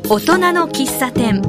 大人の喫茶店。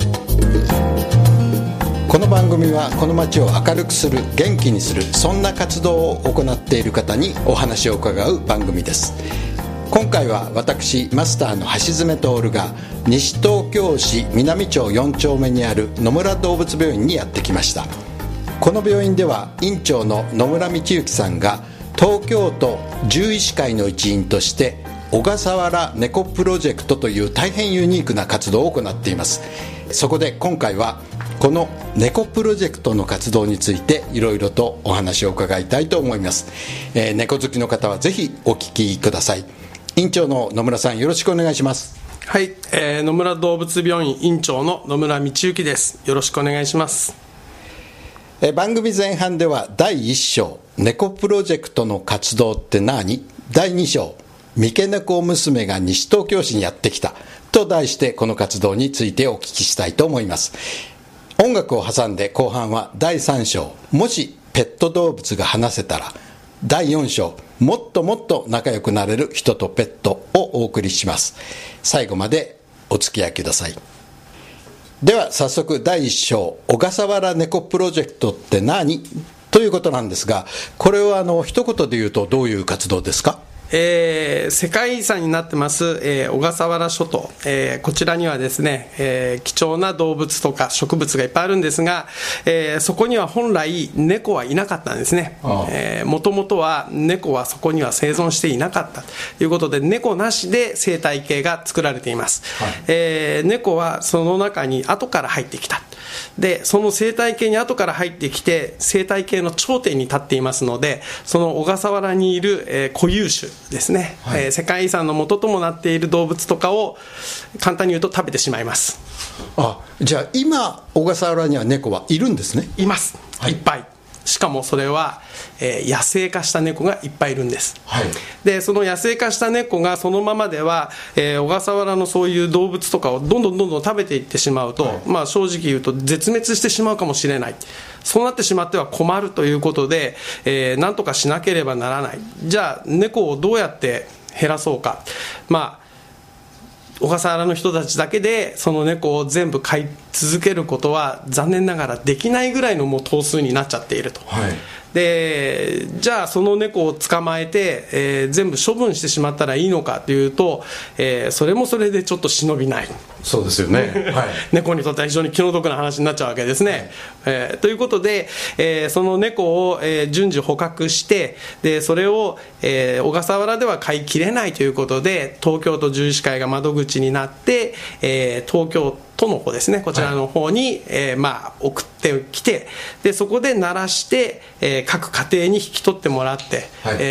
この番組はこの街を明るくする、元気にする、そんな活動を行っている方にお話を伺う番組です。今回は私マスターの橋爪徹が西東京市南町4丁目にある野村動物病院にやってきました。この病院では院長の野村道之さんが東京都獣医師会の一員として小笠原猫プロジェクトという大変ユニークな活動を行っています。そこで今回はこの猫プロジェクトの活動についていろいろとお話を伺いたいと思います。猫好きの方はぜひお聞きください。院長の野村さん、よろしくお願いします。 はい、野村動物病院院長の野村道之です。よろしくお願いします。 番組前半では第1章猫プロジェクトの活動って何、第2章三毛猫娘が西東京市にやってきたと題してこの活動についてお聞きしたいと思います。音楽を挟んで後半は第3章もしペット動物が話せたら、第4章もっともっと仲良くなれる人とペットをお送りします。最後までお付き合いください。では早速第1章小笠原猫プロジェクトって何ということなんですが、これは一言で言うとどういう活動ですか？ 世界遺産になってます、小笠原諸島、こちらにはですね、貴重な動物とか植物がいっぱいあるんですが、そこには本来猫はいなかったんですね。もともとは猫はそこには生存していなかったということで、猫なしで生態系が作られています。猫はその中に後から入ってきた。でその生態系に後から入ってきて生態系の頂点に立っていますので、その小笠原にいる、固有種ですね、世界遺産の元ともなっている動物とかを簡単に言うと食べてしまいます。 じゃあ今小笠原には猫はいるんですね？ います、いっぱい。しかもそれは、野生化した猫がいっぱいいるんです。でその野生化した猫がそのままでは、小笠原のそういう動物とかをどんどん食べていってしまうと、正直言うと絶滅してしまうかもしれない。そうなってしまっては困るということで、なんとかしなければならない。じゃあ猫をどうやって減らそうか。小笠原の人たちだけでその猫を全部飼い続けることは残念ながらできないぐらいのもう頭数になっちゃっていると。でじゃあその猫を捕まえて、全部処分してしまったらいいのかというと、それもそれでちょっと忍びない。 そうですよね、 猫にとっては非常に気の毒な話になっちゃうわけですね。ということで、その猫を、順次捕獲して、でそれを、小笠原では飼いきれないということで東京都獣医師会が窓口になって、東京都の方ですね、こちらの方に、送ってきて、でそこで鳴らして、各家庭に引き取ってもらって、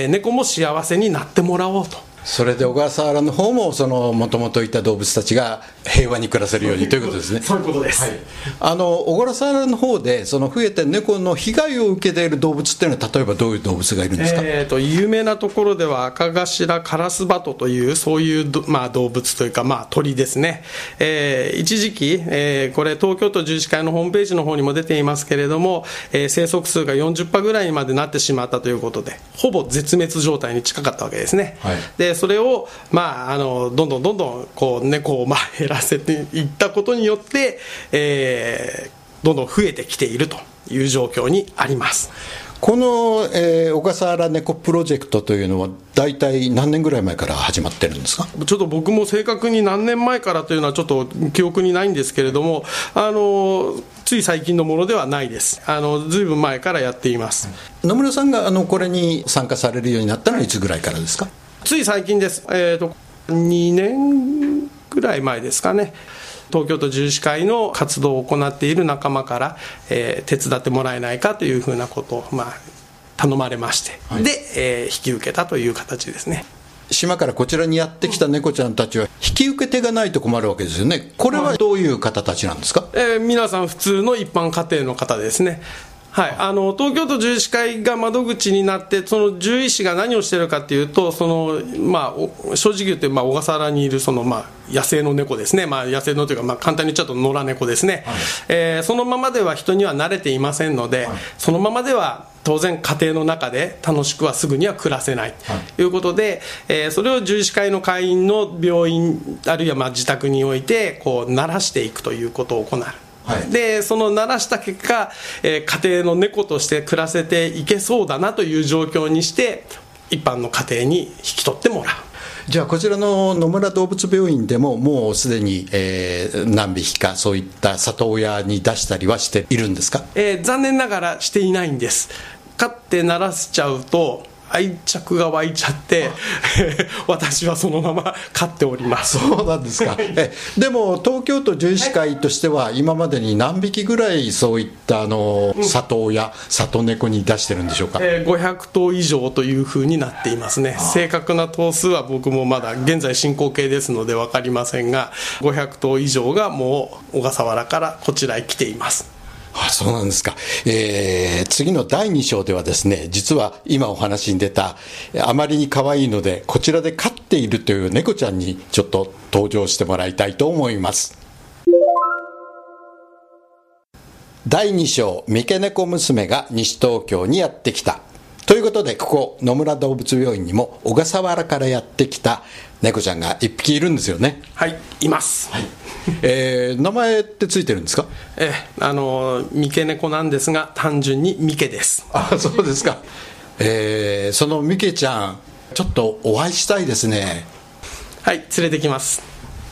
猫も幸せになってもらおうと。 それで小笠原の方ももともといた動物たちが平和に暮らせるようにということですね。 そういうことです。 小笠原の方で増えて猫の被害を受けている動物っていうのは例えばどういう動物がいるんですか？ 有名なところではアカガシラカラスバトというそういう動物というか、鳥ですね。一時期、これ東京都獣医師会のホームページの方にも出ていますけれども、生息数が 40% ぐらいにまでなってしまったということで、ほぼ絶滅状態に近かったわけですね。でそれを、どんどんこう猫を減らせていったことによって、どんどん増えてきているという状況にあります。 この、小笠原猫プロジェクトというのは大体何年ぐらい前から始まってるんですか？ ちょっと僕も正確に何年前からというのはちょっと記憶にないんですけれども、つい最近のものではないです。ずいぶん前からやっています。 野村さんがこれに参加されるようになったのはいつぐらいからですか？ つい最近です。2年ぐらい前ですかね。東京都獣医師会の活動を行っている仲間から、手伝ってもらえないかというふうなことを、頼まれまして、で、引き受けたという形ですね。 島からこちらにやってきた猫ちゃんたちは引き受け手がないと困るわけですよね。これはどういう方たちなんですか？ 皆さん普通の一般家庭の方ですね。 はい、東京都獣医師会が窓口になって、その獣医師が何をしているかというと、正直言って、小笠原にいる野生の猫ですね、野生のというか、簡単に言っちゃうと野良猫ですね、はい、そのままでは人には慣れていませんので、はい、そのままでは当然家庭の中で楽しくはすぐには暮らせないということで、それを獣医師会の会員の病院あるいは自宅において慣らしていくということを行う。はい、でその慣らした結果、家庭の猫として暮らせていけそうだなという状況にして一般の家庭に引き取ってもらう。 じゃあこちらの野村動物病院でももうすでに、何匹かそういった里親に出したりはしているんですか？ 残念ながらしていないんです。飼って慣らしちゃうと愛着が湧いちゃって私はそのまま飼っております。 そうなんですか。でも東京都獣医師会としては今までに何匹ぐらいそういった里親、里猫に出してるんでしょうか ？500頭以上というふうになっていますね。正確な頭数は僕もまだ現在進行形ですので分かりませんが、500頭以上がもう小笠原からこちらへ来ています。 そうなんですか。次の第2章ではですね、実は今お話に出たあまりに可愛いのでこちらで飼っているという猫ちゃんにちょっと登場してもらいたいと思います。第2章、三毛猫娘が西東京にやってきたということで、ここ野村動物病院にも小笠原からやってきた猫ちゃんが1匹いるんですよね。 はい、います。はい、 名前ってついてるんですか？ 三毛猫なんですが単純に三毛です。 そうですか。その三毛ちゃんちょっとお会いしたいですね。 はい、連れてきます。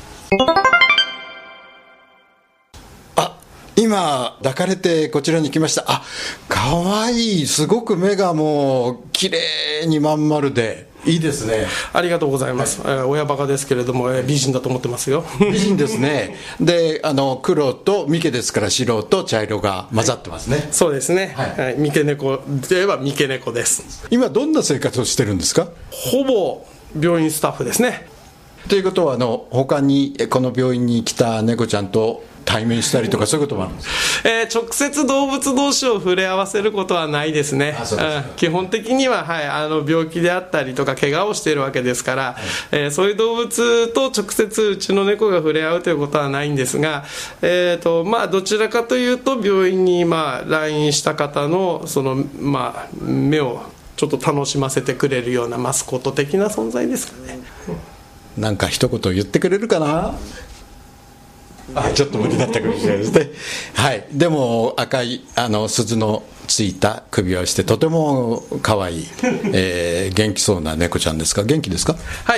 今抱かれてこちらに来ました。かわいい。すごく目がもう綺麗にまん丸でいいですね。 ありがとうございます。はい、親バカですけれども、美人だと思ってますよ。 美人ですね。で黒と三毛ですから白と茶色が混ざってますね。 そうですね。はい、三毛猫といえば三毛猫です。 今どんな生活をしてるんですか？ ほぼ病院スタッフですね。 ということは他にこの病院に来た猫ちゃんと対面したりとかそういうこともあるんですか？ 直接動物同士を触れ合わせることはないですね。基本的には、病気であったりとか怪我をしているわけですから、そういう動物と直接うちの猫が触れ合うということはないんですが、どちらかというと病院に来院した方の目をちょっと楽しませてくれるようなマスコット的な存在ですかね。 なんか一言言ってくれるかな？ちょっと無理だったかもしれないですね。はい、でも赤い鈴のついた首輪をしてとても可愛い、元気そうな猫ちゃんですか？元気ですか？ はい、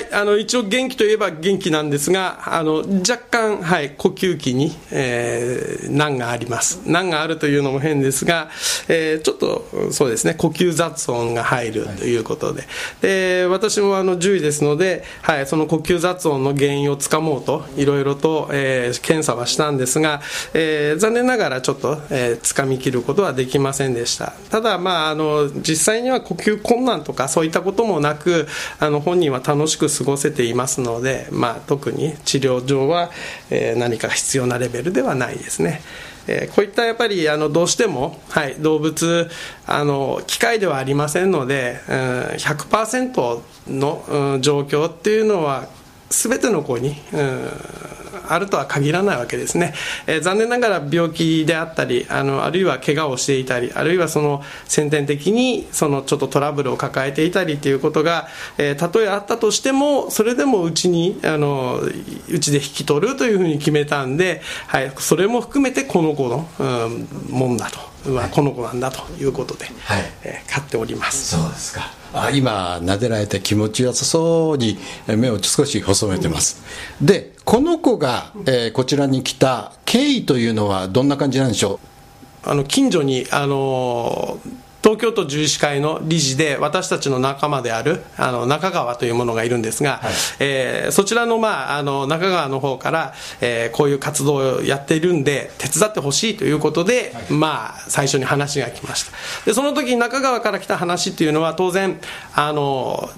一応元気といえば元気なんですが若干、呼吸器に、難があります。難があるというのも変ですが、ちょっとそうですね、呼吸雑音が入るということで、私も獣医ですので、その呼吸雑音の原因をつかもうといろいろと、検査はしたんですが、残念ながらちょっと、つかみきることはできませんでした。ただ、実際には呼吸困難とかそういったこともなく本人は楽しく過ごせていますので、特に治療上は、何か必要なレベルではないですね。こういったやっぱりどうしても、動物機械ではありませんので、100% の、状況っていうのは全ての子にあるとは限らないわけですね。残念ながら病気であったりあるいは怪我をしていたりあるいはその先天的にちょっとトラブルを抱えていたりということが、たとえあったとしてもそれでもうちで引き取るというふうに決めたんで、それも含めてこの子の、もんだと、この子なんだということで、飼っております。 そうですか。今撫でられて気持ちよさそうに目を少し細めてます。でこの子が、こちらに来た経緯というのはどんな感じなんでしょう？近所に東京都獣医師会の理事で私たちの仲間である中川というものがいるんですが、そちらの、中川の方から、こういう活動をやっているんで手伝ってほしいということで、最初に話が来ました。でその時に中川から来た話っていうのは当然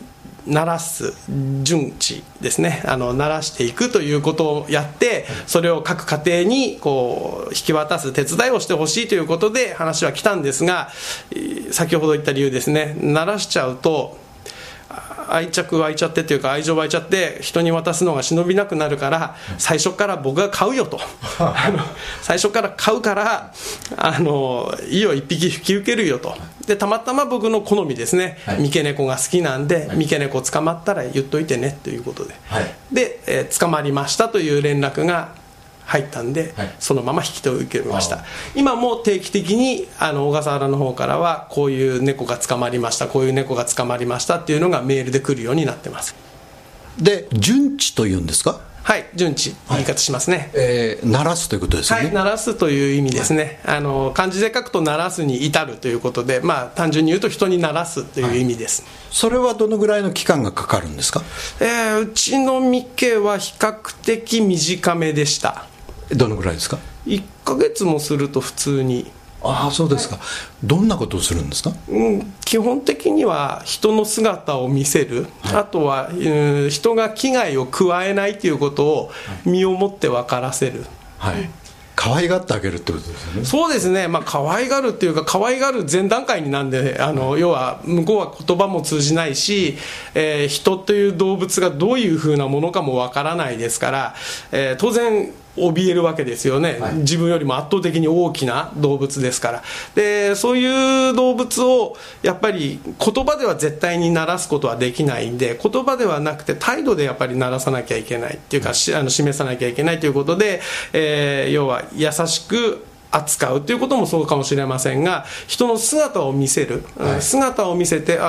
鳴らす順次ですね、鳴らしていくということをやって、それを各家庭にこう引き渡す手伝いをしてほしいということで話は来たんですが、先ほど言った理由ですね、鳴らしちゃうと愛着湧いちゃってというか、愛情湧いちゃって人に渡すのが忍びなくなるから、最初から僕が買うよと最初から買うからいいよ一匹引き受けるよと。でたまたま僕の好みですね、三毛猫が好きなんで、三毛猫捕まったら言っといてねということで、で、捕まりましたという連絡が入ったんで、そのまま引き取り受けました。今も定期的に小笠原の方からは、こういう猫が捕まりました、こういう猫が捕まりましたっていうのがメールで来るようになってます。 で、順次というんですか？ はい、順次言い方しますね。 鳴らすということですよね。 鳴らすという意味ですね。漢字で書くと鳴らすに至るということで、単純に言うと人に鳴らすという意味です。 それはどのぐらいの期間がかかるんですか？ うちの三毛は比較的短めでした。 どのぐらいですか ？1ヶ月もすると普通に。 ああ、そうですか。どんなことをするんですか？ 基本的には人の姿を見せる、あとは人が危害を加えないということを身をもって分からせる、 可愛がってあげるってことですよね。 そうですね、可愛がるっていうか、可愛がる前段階になんで、要は向こうは言葉も通じないし、人という動物がどういうふうなものかもわからないですから、当然怯えるわけですよね、自分よりも圧倒的に大きな動物ですから。でそういう動物をやっぱり言葉では絶対に鳴らすことはできないんで、言葉ではなくて態度でやっぱり鳴らさなきゃいけないっていうか、示さなきゃいけないということで、要は優しく扱うということもそうかもしれませんが、人の姿を見せる、姿を見せて、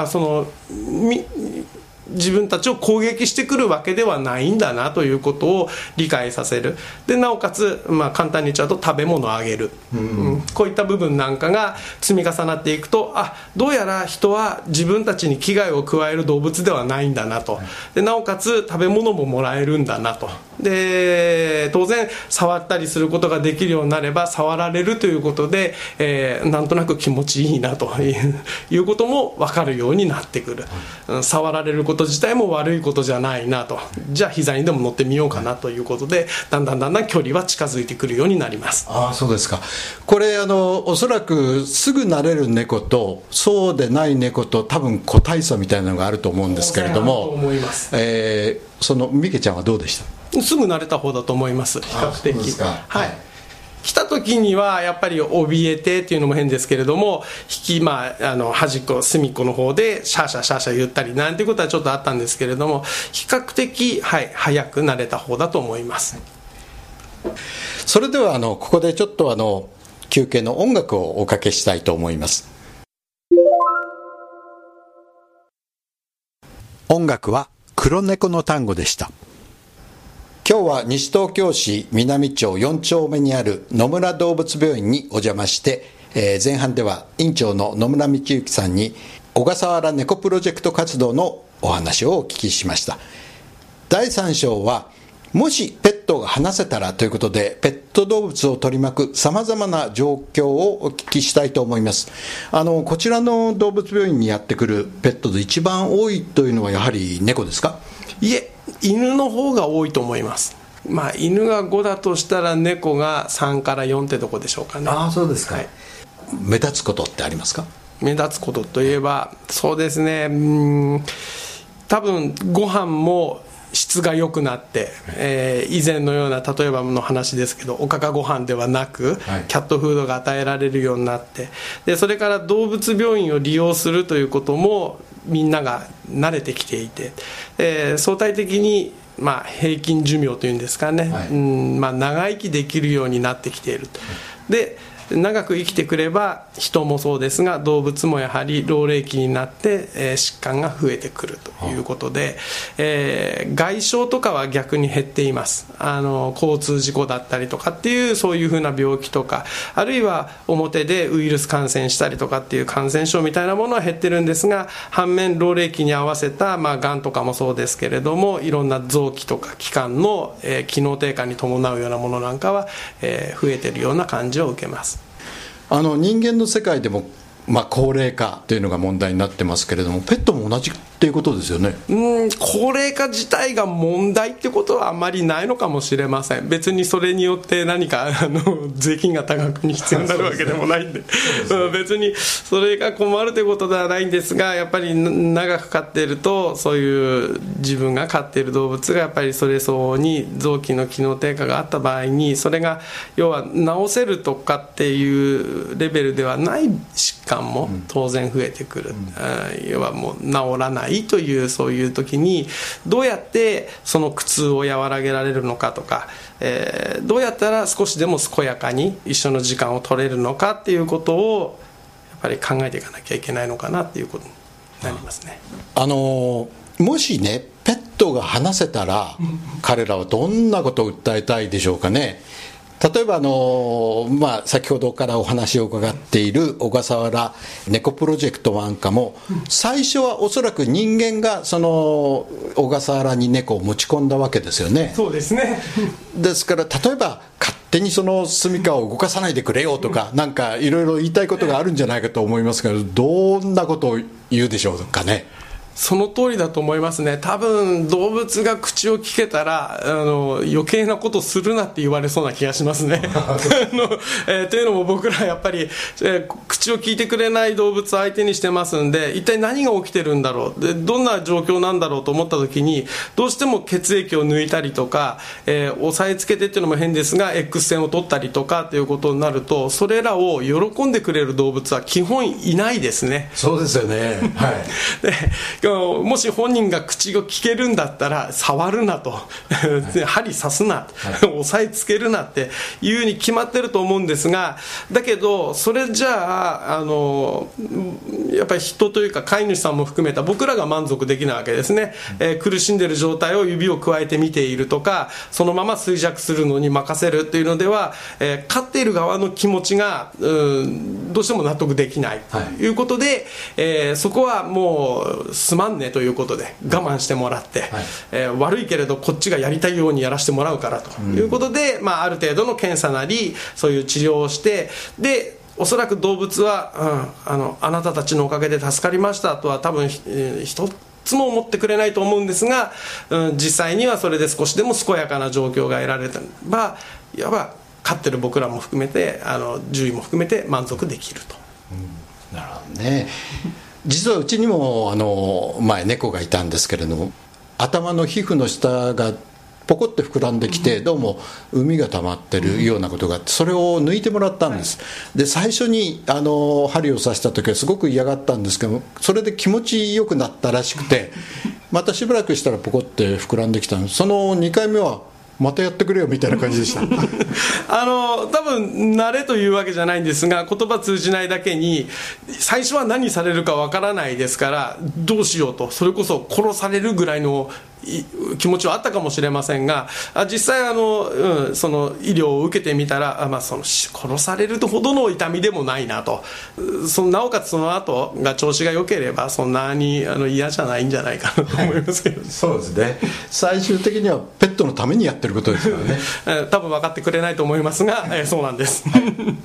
自分たちを攻撃してくるわけではないんだなということを理解させる。でなおかつ、簡単に言っちゃうと食べ物をあげる、こういった部分なんかが積み重なっていくと、どうやら人は自分たちに危害を加える動物ではないんだなと。でなおかつ食べ物ももらえるんだなと。で当然触ったりすることができるようになれば、触られるということで、なんとなく気持ちいいなということも分かるようになってくる。触られること自体も悪いことじゃないなと。じゃあ膝にでも乗ってみようかなということで、だんだん距離は近づいてくるようになります。 そうですか。これおそらくすぐ慣れる猫とそうでない猫と多分個体差みたいなのがあると思うんですけれども、その三毛ちゃんはどうでした？ すぐ慣れた方だと思います、比較的。来た時にはやっぱり怯えてっていうのも変ですけれども、端っこ隅っこの方でシャーシャーシャーシャー言ったりなんていうことはちょっとあったんですけれども、比較的、早く慣れた方だと思います。 それではここでちょっと休憩の音楽をおかけしたいと思います。音楽は黒猫の単語でした。今日は西東京市南町4丁目にある野村動物病院にお邪魔して、前半では院長の野村道之さんに小笠原猫プロジェクト活動のお話をお聞きしました。第3章はもしペットが話せたらということで、ペット動物を取り巻くさまざまな状況をお聞きしたいと思います。こちらの動物病院にやってくるペットで一番多いというのはやはり猫ですか？ いえ、犬の方が多いと思います。犬が5だとしたら猫が3から4ってとこでしょうかね。 そうですか。目立つことってありますか？ 目立つことといえば、そうですね、多分ご飯も質が良くなって、以前のような、例えばの話ですけど、おかかご飯ではなく、キャットフードが与えられるようになって、でそれから動物病院を利用するということもみんなが慣れてきていて、相対的に平均寿命というんですかね、長生きできるようになってきていると。で長く生きてくれば人もそうですが動物もやはり老齢期になって、疾患が増えてくるということで、外傷とかは逆に減っています。交通事故だったりとかっていうそういうふうな病気とか、あるいは表でウイルス感染したりとかっていう感染症みたいなものは減ってるんですが、反面老齢期に合わせた、がんとかもそうですけれども、いろんな臓器とか器官の、機能低下に伴うようなものなんかは、増えてるような感じを受けます。 人間の世界でも、高齢化というのが問題になってますけれども、ペットも同じっっていうことですよね。 高齢化自体が問題ってことはあまりないのかもしれません。別にそれによって何か税金が多額に必要になるわけでもないんで別にそれが困るということではないんですが、やっぱり長く飼っているとそういう自分が飼っている動物がやっぱりそれ相応に臓器の機能低下があった場合に、それが要は治せるとかっていうレベルではない疾患も当然増えてくる、要はもう治らないという、そういう時にどうやってその苦痛を和らげられるのかとか、どうやったら少しでも健やかに一緒の時間を取れるのかっていうことをやっぱり考えていかなきゃいけないのかなっていうことになりますね。 もしねペットが話せたら彼らはどんなことを訴えたいでしょうかね。例えば先ほどからお話を伺っている小笠原猫プロジェクトなんかも、最初はおそらく人間がその小笠原に猫を持ち込んだわけですよね。 そうですね。 ですから例えば勝手にその住処を動かさないでくれよとか、なんかいろいろ言いたいことがあるんじゃないかと思いますけど、どんなことを言うでしょうかね。 その通りだと思いますね。多分動物が口を聞けたら余計なことするなって言われそうな気がしますねというのも僕らやっぱり、口を聞いてくれない動物を相手にしてますんで、一体何が起きてるんだろう、でどんな状況なんだろうと思った時に、どうしても血液を抜いたりとか、押さえつけてっていうのも変ですが X 線を取ったりとかということになると、それらを喜んでくれる動物は基本いないですね。 そうですよね、はいでもし本人が口を聞けるんだったら触るなと針刺すな、押さえつけるなっていうに決まってると思うんですが、だけどそれじゃあやっぱり人というか飼い主さんも含めた僕らが満足できないわけですね。苦しんでる状態を指をくわえて見ているとか、そのまま衰弱するのに任せるっていうのでは、飼っている側の気持ちがどうしても納得できないということで、そこはもうすまんねということで我慢してもらって、悪いけれどこっちがやりたいようにやらせてもらうからということで、ある程度の検査なりそういう治療をして、でおそらく動物は、あなたたちのおかげで助かりましたとは多分一つも思ってくれないと思うんですが、実際にはそれで少しでも健やかな状況が得られれば、いわば飼ってる僕らも含めて獣医も含めて満足できると。 なるほどね。実はうちにも前猫がいたんですけれども、頭の皮膚の下がポコって膨らんできて、どうも膿が溜まってるようなことがあって、それを抜いてもらったんです。で最初に針を刺した時はすごく嫌がったんですけど、それで気持ちよくなったらしくて、またしばらくしたらポコって膨らんできたんです。その2回目はまたやってくれよみたいな感じでした多分慣れというわけじゃないんですが、言葉通じないだけに最初は何されるかわからないですから、どうしようと、それこそ殺されるぐらいの気持ちはあったかもしれませんが、実際その医療を受けてみたら、その殺されるほどの痛みでもないなと、なおかつその後が調子が良ければそんなに嫌じゃないんじゃないかなと思いますけど、 そうですね。最終的にはペットのためにやってることですからね多分分かってくれないと思いますが、そうなんです、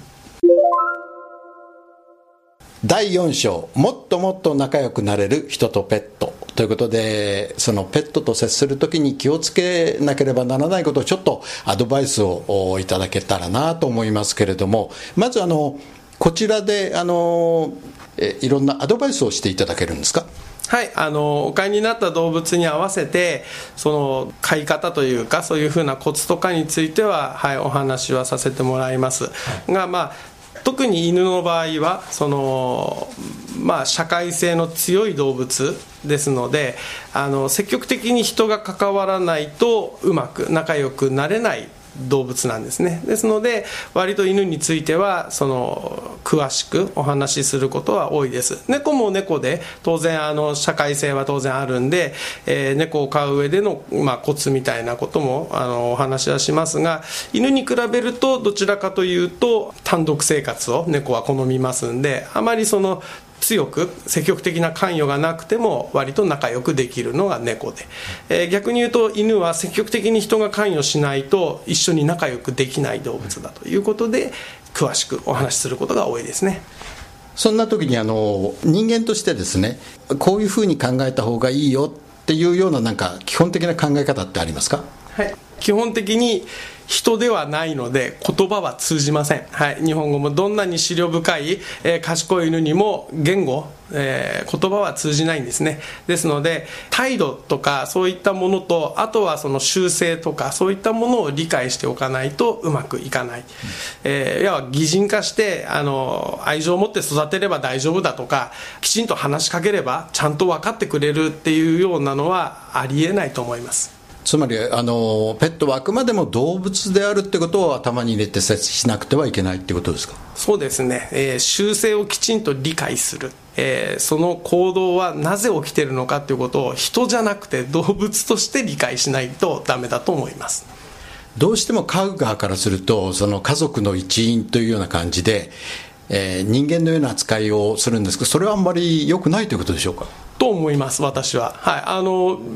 第4章、もっともっと仲良くなれる人とペットということで、そのペットと接するときに気をつけなければならないことをちょっとアドバイスをいただけたらなと思いますけれども、まずこちらでいろんなアドバイスをしていただけるんですか？ はい、お飼いになった動物に合わせてその飼い方というか、そういうふうなコツとかについては、お話はさせてもらいます、が、特に犬の場合は社会性の強い動物ですので、積極的に人が関わらないとうまく仲良くなれない動物なんですね。ですので割と犬については詳しくお話しすることは多いです。猫も猫で当然社会性は当然あるんで、猫を飼う上での、コツみたいなこともお話はしますが、犬に比べるとどちらかというと単独生活を猫は好みますんで、あまり強く積極的な関与がなくても割と仲良くできるのが猫で、逆に言うと犬は積極的に人が関与しないと一緒に仲良くできない動物だということで、詳しくお話しすることが多いですね。 そんな時に人間としてですね、こういうふうに考えた方がいいよっていうような基本的な考え方ってありますか？ はい、基本的に人ではないので言葉は通じません。はい、日本語もどんなに思慮深い、賢い犬にも言語、言葉は通じないんですね。ですので態度とかそういったものと、あとはその習性とかそういったものを理解しておかないとうまくいかない。要は擬人化して愛情を持って育てれば大丈夫だとか、きちんと話しかければちゃんと分かってくれるっていうようなのはありえないと思います。 つまりペットはあくまでも動物であるってことを頭に入れて接しなくてはいけないってことですか？ そうですね、習性をきちんと理解する、その行動はなぜ起きているのかということを人じゃなくて動物として理解しないとダメだと思います。 どうしても飼う側からするとその家族の一員というような感じで、人間のような扱いをするんですけど、それはあんまり良くないということでしょうか？ と思います、私は。はい、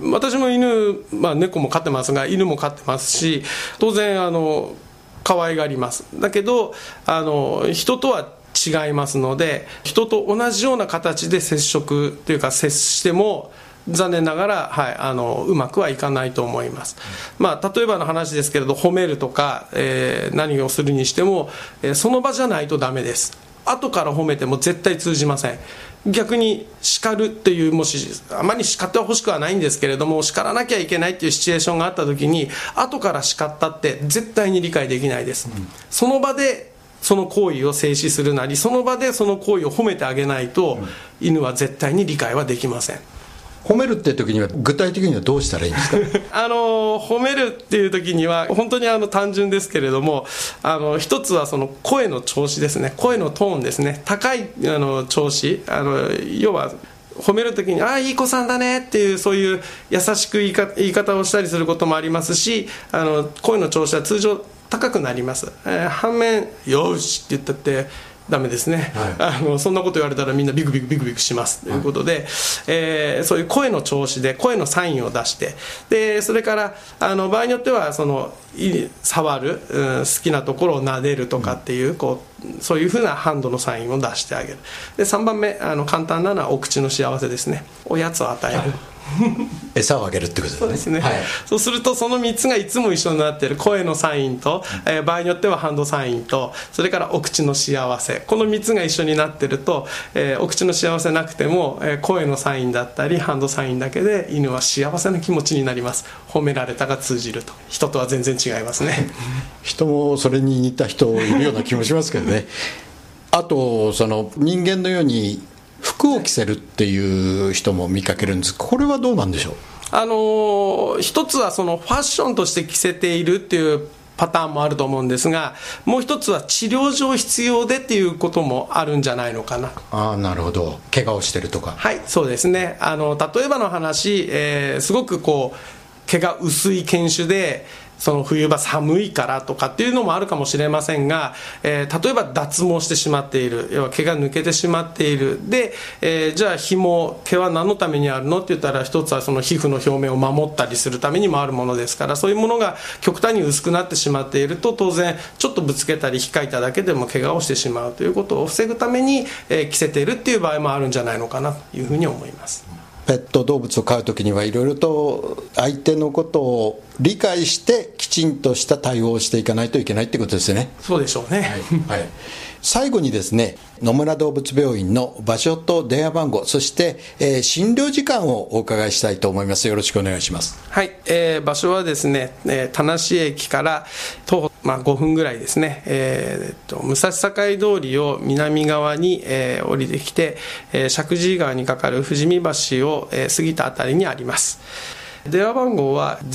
私も犬、猫も飼ってますが犬も飼ってますし、当然可愛がります。だけど人とは違いますので、人と同じような形で接触というか接しても残念ながら、はい、うまくはいかないと思います。例えばの話ですけれど、褒めるとか、何をするにしても、その場じゃないとダメです。後から褒めても絶対通じません。逆に叱るっていう、もしあまり叱っては欲しくはないんですけれども、叱らなきゃいけないっていうシチュエーションがあった時に後から叱ったって絶対に理解できないです。その場でその行為を静止するなり、その場でその行為を褒めてあげないと、犬は絶対に理解はできません。 褒めるって時には具体的にはどうしたらいいんですか？ 褒めるっていう時には本当に単純ですけれども、一つはその声の調子ですね。声のトーンですね。高い調子、要は褒める時に「ああいい子さんだね」っていう、そういう優しく言い方をしたりすることもありますし、声の調子は通常高くなります。反面「よし」って言ったってダメですね。はい、そんなこと言われたらみんなビクビクビクビクしますということで、そういう声の調子で声のサインを出して、でそれから場合によっては触る、好きなところを撫でるとかっていう、そういうふうなハンドのサインを出してあげる。で3番目、簡単なのはお口の幸せですね。おやつを与える、はい餌をあげるってことですね。 そうですね、はい、そうするとその3つがいつも一緒になっている。声のサインと、場合によってはハンドサインと、それからお口の幸せ、この3つが一緒になっていると、お口の幸せなくても、声のサインだったりハンドサインだけで犬は幸せな気持ちになります。褒められたが通じると。人とは全然違いますね。 人もそれに似た人いるような気もしますけどね。あとその人間のように服を着せるっていう人も見かけるんです。これはどうなんでしょう？一つはそのファッションとして着せているっていうパターンもあると思うんですが、もう一つは治療上必要でっていうこともあるんじゃないのかな。 なるほど。怪我をしてるとか。 はい、そうですね。例えばの話、すごく毛が薄い犬種でその冬場寒いからとかっていうのもあるかもしれませんが、例えば脱毛してしまっている、要は毛が抜けてしまっている。で、じゃあ毛は何のためにあるのって言ったら、一つはその皮膚の表面を守ったりするためにもあるものですから、そういうものが極端に薄くなってしまっていると、当然ちょっとぶつけたり引っかいただけでも怪我をしてしまうということを防ぐために、着せているっていう場合もあるんじゃないのかなというふうに思います。 ペット動物を飼うときにはいろいろと相手のことを理解してきちんとした対応をしていかないといけないってことですよね。 そうでしょうね。 はいはい、最後にですね、野村動物病院の場所と電話番号、そして、診療時間をお伺いしたいと思います。よろしくお願いします。 はい、場所はですね、田無駅から徒歩5分ぐらいですね、武蔵境通りを南側に、降りてきて、石神井川に架かる富士見橋を、過ぎたあたりにあります。電話番号は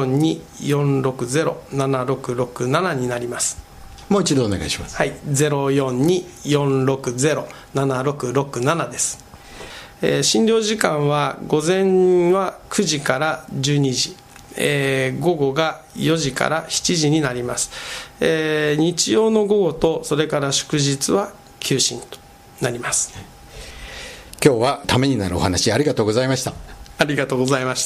042-460-7667 になります。 もう一度お願いします。 はい、042-460-7667 です。診療時間は午前は9時から12時、午後が4時から7時になります。日曜の午後とそれから祝日は休診となります。 今日はためになるお話ありがとうございました。 ありがとうございました。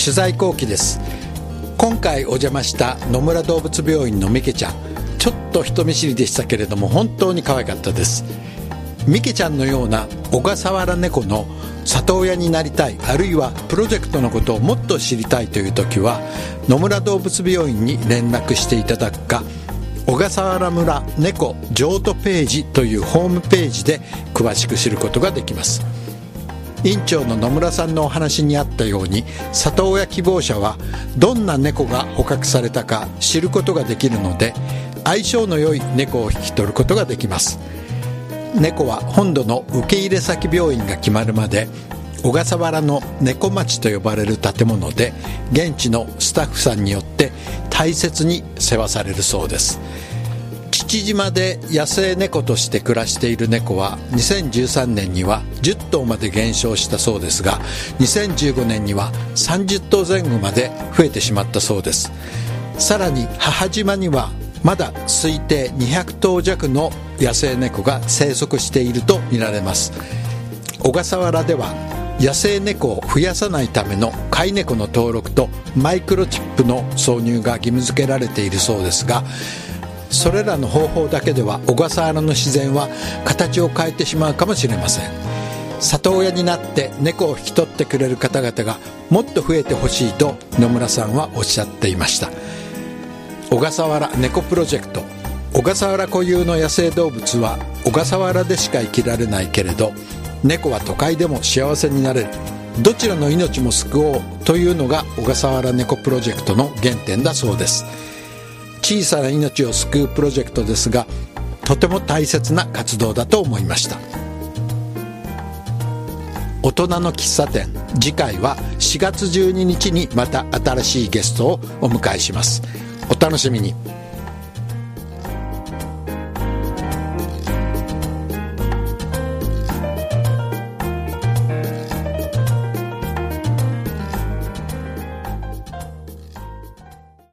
取材後期です。今回お邪魔した野村動物病院のミケちゃん、ちょっと人見知りでしたけれども本当に可愛かったです。ミケちゃんのような小笠原猫の里親になりたい、あるいはプロジェクトのことをもっと知りたいという時は野村動物病院に連絡していただくか、小笠原村猫譲渡ページというホームページで詳しく知ることができます。院長の野村さんのお話にあったように、里親希望者はどんな猫が捕獲されたか知ることができるので、相性の良い猫を引き取ることができます。猫は本土の受け入れ先病院が決まるまで小笠原の猫町と呼ばれる建物で現地のスタッフさんによって大切に世話されるそうです。父島で野生猫として暮らしている猫は2013年には10頭まで減少したそうですが、2015年には30頭前後まで増えてしまったそうです。さらに母島にはまだ推定200頭弱の野生猫が生息していると見られます。小笠原では野生猫を増やさないための飼い猫の登録とマイクロチップの挿入が義務付けられているそうですが、それらの方法だけでは小笠原の自然は形を変えてしまうかもしれません。里親になって猫を引き取ってくれる方々がもっと増えてほしいと野村さんはおっしゃっていました。小笠原猫プロジェクト、小笠原固有の野生動物は小笠原でしか生きられないけれど、猫は都会でも幸せになれる、どちらの命も救おうというのが小笠原猫プロジェクトの原点だそうです。小さな命を救うプロジェクトですが、とても大切な活動だと思いました。大人の喫茶店、次回は4月12日にまた新しいゲストをお迎えします。お楽しみに。